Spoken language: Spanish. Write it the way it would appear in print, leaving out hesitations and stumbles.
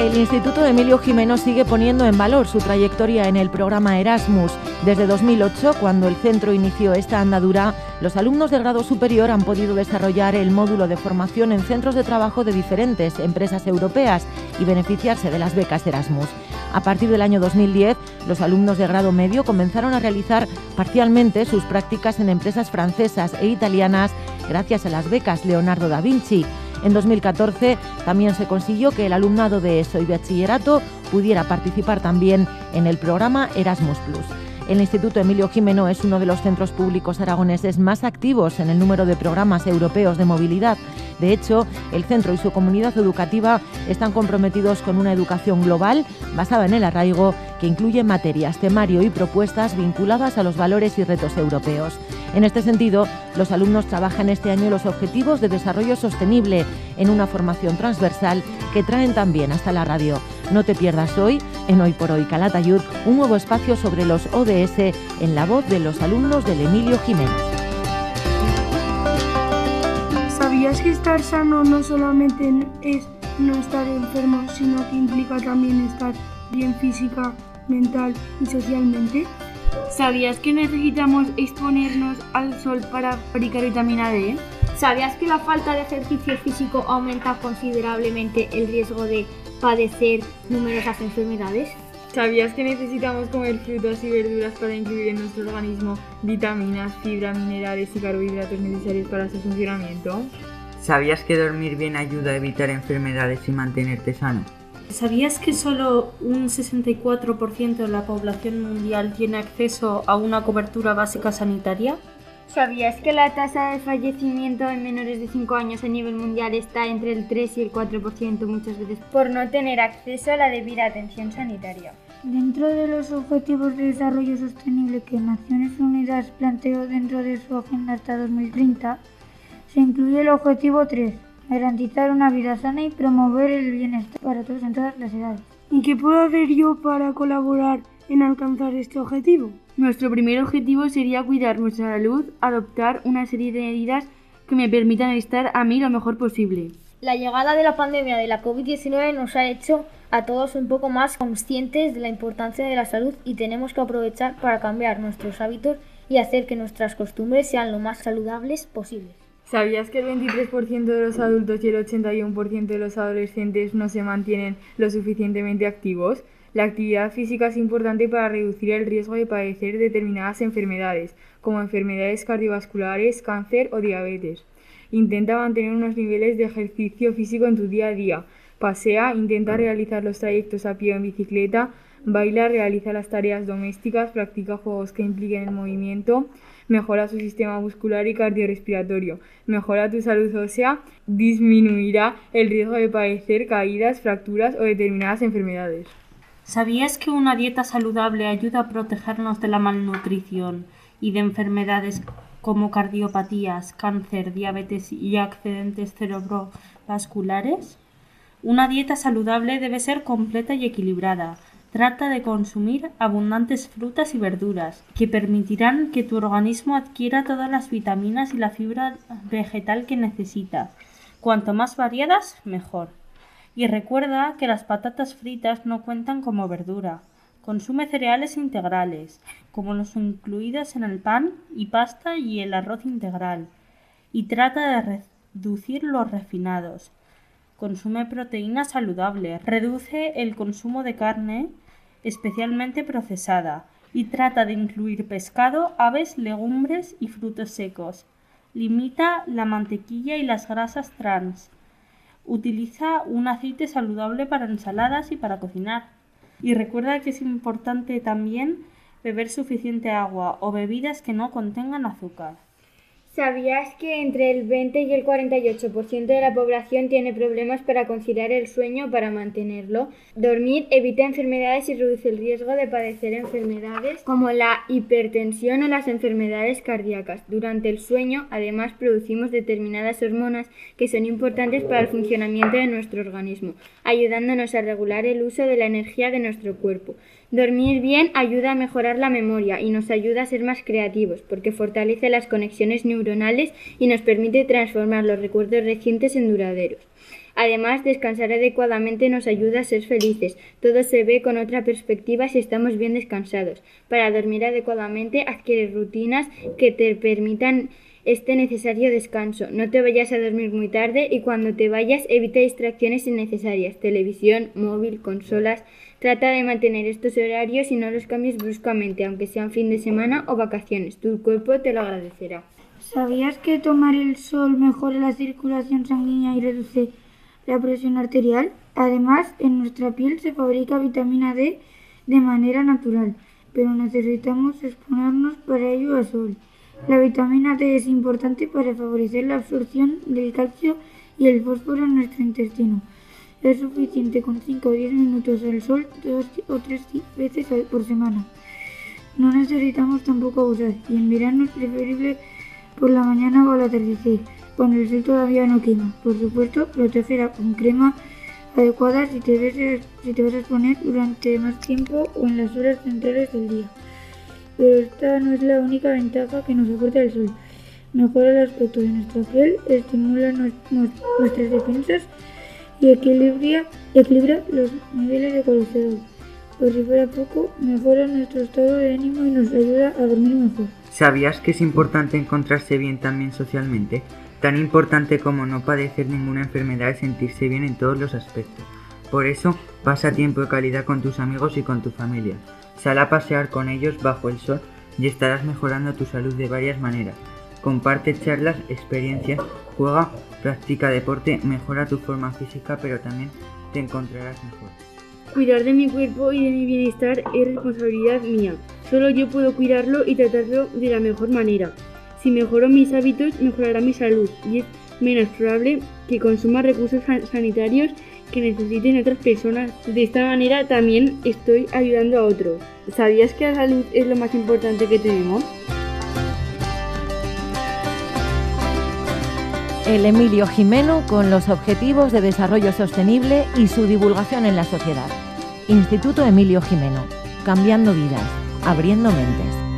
El Instituto Emilio Gimeno sigue poniendo en valor su trayectoria en el programa Erasmus. Desde 2008, cuando el centro inició esta andadura, los alumnos de grado superior han podido desarrollar el módulo de formación en centros de trabajo de diferentes empresas europeas y beneficiarse de las becas Erasmus. A partir del año 2010, los alumnos de grado medio comenzaron a realizar parcialmente sus prácticas en empresas francesas e italianas gracias a las becas Leonardo da Vinci. En 2014 también se consiguió que el alumnado de ESO y bachillerato pudiera participar también en el programa Erasmus+. El Instituto Emilio Gimeno es uno de los centros públicos aragoneses más activos en el número de programas europeos de movilidad. De hecho, el centro y su comunidad educativa están comprometidos con una educación global basada en el arraigo que incluye materias, temario y propuestas vinculadas a los valores y retos europeos. En este sentido, los alumnos trabajan este año los Objetivos de Desarrollo Sostenible en una formación transversal que traen también hasta la radio. No te pierdas hoy, en Hoy por Hoy Calatayud, un nuevo espacio sobre los ODS en la voz de los alumnos del Emilio Gimeno. ¿Sabías que estar sano no solamente es no estar enfermo, sino que implica también estar bien física, mental y socialmente? ¿Sabías que necesitamos exponernos al sol para fabricar vitamina D? ¿Sabías que la falta de ejercicio físico aumenta considerablemente el riesgo de padecer numerosas enfermedades? ¿Sabías que necesitamos comer frutas y verduras para incluir en nuestro organismo vitaminas, fibra, minerales y carbohidratos necesarios para su funcionamiento? ¿Sabías que dormir bien ayuda a evitar enfermedades y mantenerte sano? ¿Sabías que solo un 64% de la población mundial tiene acceso a una cobertura básica sanitaria? ¿Sabías que la tasa de fallecimiento en menores de 5 años a nivel mundial está entre el 3 y el 4% muchas veces por no tener acceso a la debida atención sanitaria? Dentro de los Objetivos de Desarrollo Sostenible que Naciones Unidas planteó dentro de su agenda hasta 2030, se incluye el Objetivo 3, garantizar una vida sana y promover el bienestar para todos en todas las edades. ¿Y qué puedo hacer yo para colaborar en alcanzar este objetivo? Nuestro primer objetivo sería cuidar nuestra salud, adoptar una serie de medidas que me permitan estar a mí lo mejor posible. La llegada de la pandemia de la COVID-19 nos ha hecho a todos un poco más conscientes de la importancia de la salud y tenemos que aprovechar para cambiar nuestros hábitos y hacer que nuestras costumbres sean lo más saludables posibles. ¿Sabías que el 23% de los adultos y el 81% de los adolescentes no se mantienen lo suficientemente activos? La actividad física es importante para reducir el riesgo de padecer determinadas enfermedades, como enfermedades cardiovasculares, cáncer o diabetes. Intenta mantener unos niveles de ejercicio físico en tu día a día. Pasea, intenta realizar los trayectos a pie o en bicicleta, baila, realiza las tareas domésticas, practica juegos que impliquen el movimiento, mejora su sistema muscular y cardiorrespiratorio, mejora tu salud ósea, disminuirá el riesgo de padecer caídas, fracturas o determinadas enfermedades. ¿Sabías que una dieta saludable ayuda a protegernos de la malnutrición y de enfermedades como cardiopatías, cáncer, diabetes y accidentes cerebrovasculares? Una dieta saludable debe ser completa y equilibrada. Trata de consumir abundantes frutas y verduras que permitirán que tu organismo adquiera todas las vitaminas y la fibra vegetal que necesita. Cuanto más variadas, mejor. Y recuerda que las patatas fritas no cuentan como verdura. Consume cereales integrales, como los incluidos en el pan y pasta y el arroz integral. Y trata de reducir los refinados. Consume proteína saludable. Reduce el consumo de carne, especialmente procesada. Y trata de incluir pescado, aves, legumbres y frutos secos. Limita la mantequilla y las grasas trans. Utiliza un aceite saludable para ensaladas y para cocinar. Y recuerda que es importante también beber suficiente agua o bebidas que no contengan azúcar. ¿Sabías que entre el 20 y el 48% de la población tiene problemas para conciliar el sueño o para mantenerlo? Dormir evita enfermedades y reduce el riesgo de padecer enfermedades como la hipertensión o las enfermedades cardíacas. Durante el sueño, además, producimos determinadas hormonas que son importantes para el funcionamiento de nuestro organismo, ayudándonos a regular el uso de la energía de nuestro cuerpo. Dormir bien ayuda a mejorar la memoria y nos ayuda a ser más creativos porque fortalece las conexiones neuronales y nos permite transformar los recuerdos recientes en duraderos. Además, descansar adecuadamente nos ayuda a ser felices. Todo se ve con otra perspectiva si estamos bien descansados. Para dormir adecuadamente, adquiere rutinas que te permitan este necesario descanso. No te vayas a dormir muy tarde y cuando te vayas evita distracciones innecesarias, televisión, móvil, consolas. Trata de mantener estos horarios y no los cambies bruscamente, aunque sean fin de semana o vacaciones. Tu cuerpo te lo agradecerá. ¿Sabías que tomar el sol mejora la circulación sanguínea y reduce la presión arterial? Además, en nuestra piel se fabrica vitamina D de manera natural, pero necesitamos exponernos para ello al sol. La vitamina D es importante para favorecer la absorción del calcio y el fósforo en nuestro intestino. Es suficiente con 5 o 10 minutos al sol 2 o 3 veces por semana. No necesitamos tampoco abusar, y en verano es preferible por la mañana o al atardecer, cuando el sol todavía no quema. Por supuesto, protégela con crema adecuada si te vas a exponer durante más tiempo o en las horas centrales del día. Pero esta no es la única ventaja que nos aporta el sol. Mejora el aspecto de nuestra piel, estimula nuestras defensas y equilibra los niveles de colesterol. Por si fuera poco, mejora nuestro estado de ánimo y nos ayuda a dormir mejor. ¿Sabías que es importante encontrarse bien también socialmente? Tan importante como no padecer ninguna enfermedad es sentirse bien en todos los aspectos. Por eso, pasa tiempo de calidad con tus amigos y con tu familia. Sal a pasear con ellos bajo el sol y estarás mejorando tu salud de varias maneras. Comparte charlas, experiencias, juega, practica deporte, mejora tu forma física, pero también te encontrarás mejor. Cuidar de mi cuerpo y de mi bienestar es responsabilidad mía. Solo yo puedo cuidarlo y tratarlo de la mejor manera. Si mejoro mis hábitos, mejorará mi salud y es menos probable que consuma recursos sanitarios que necesiten otras personas. De esta manera también estoy ayudando a otros. ¿Sabías que la salud es lo más importante que tenemos? El Emilio Gimeno con los Objetivos de Desarrollo Sostenible y su divulgación en la sociedad. Instituto Emilio Gimeno. Cambiando vidas, abriendo mentes.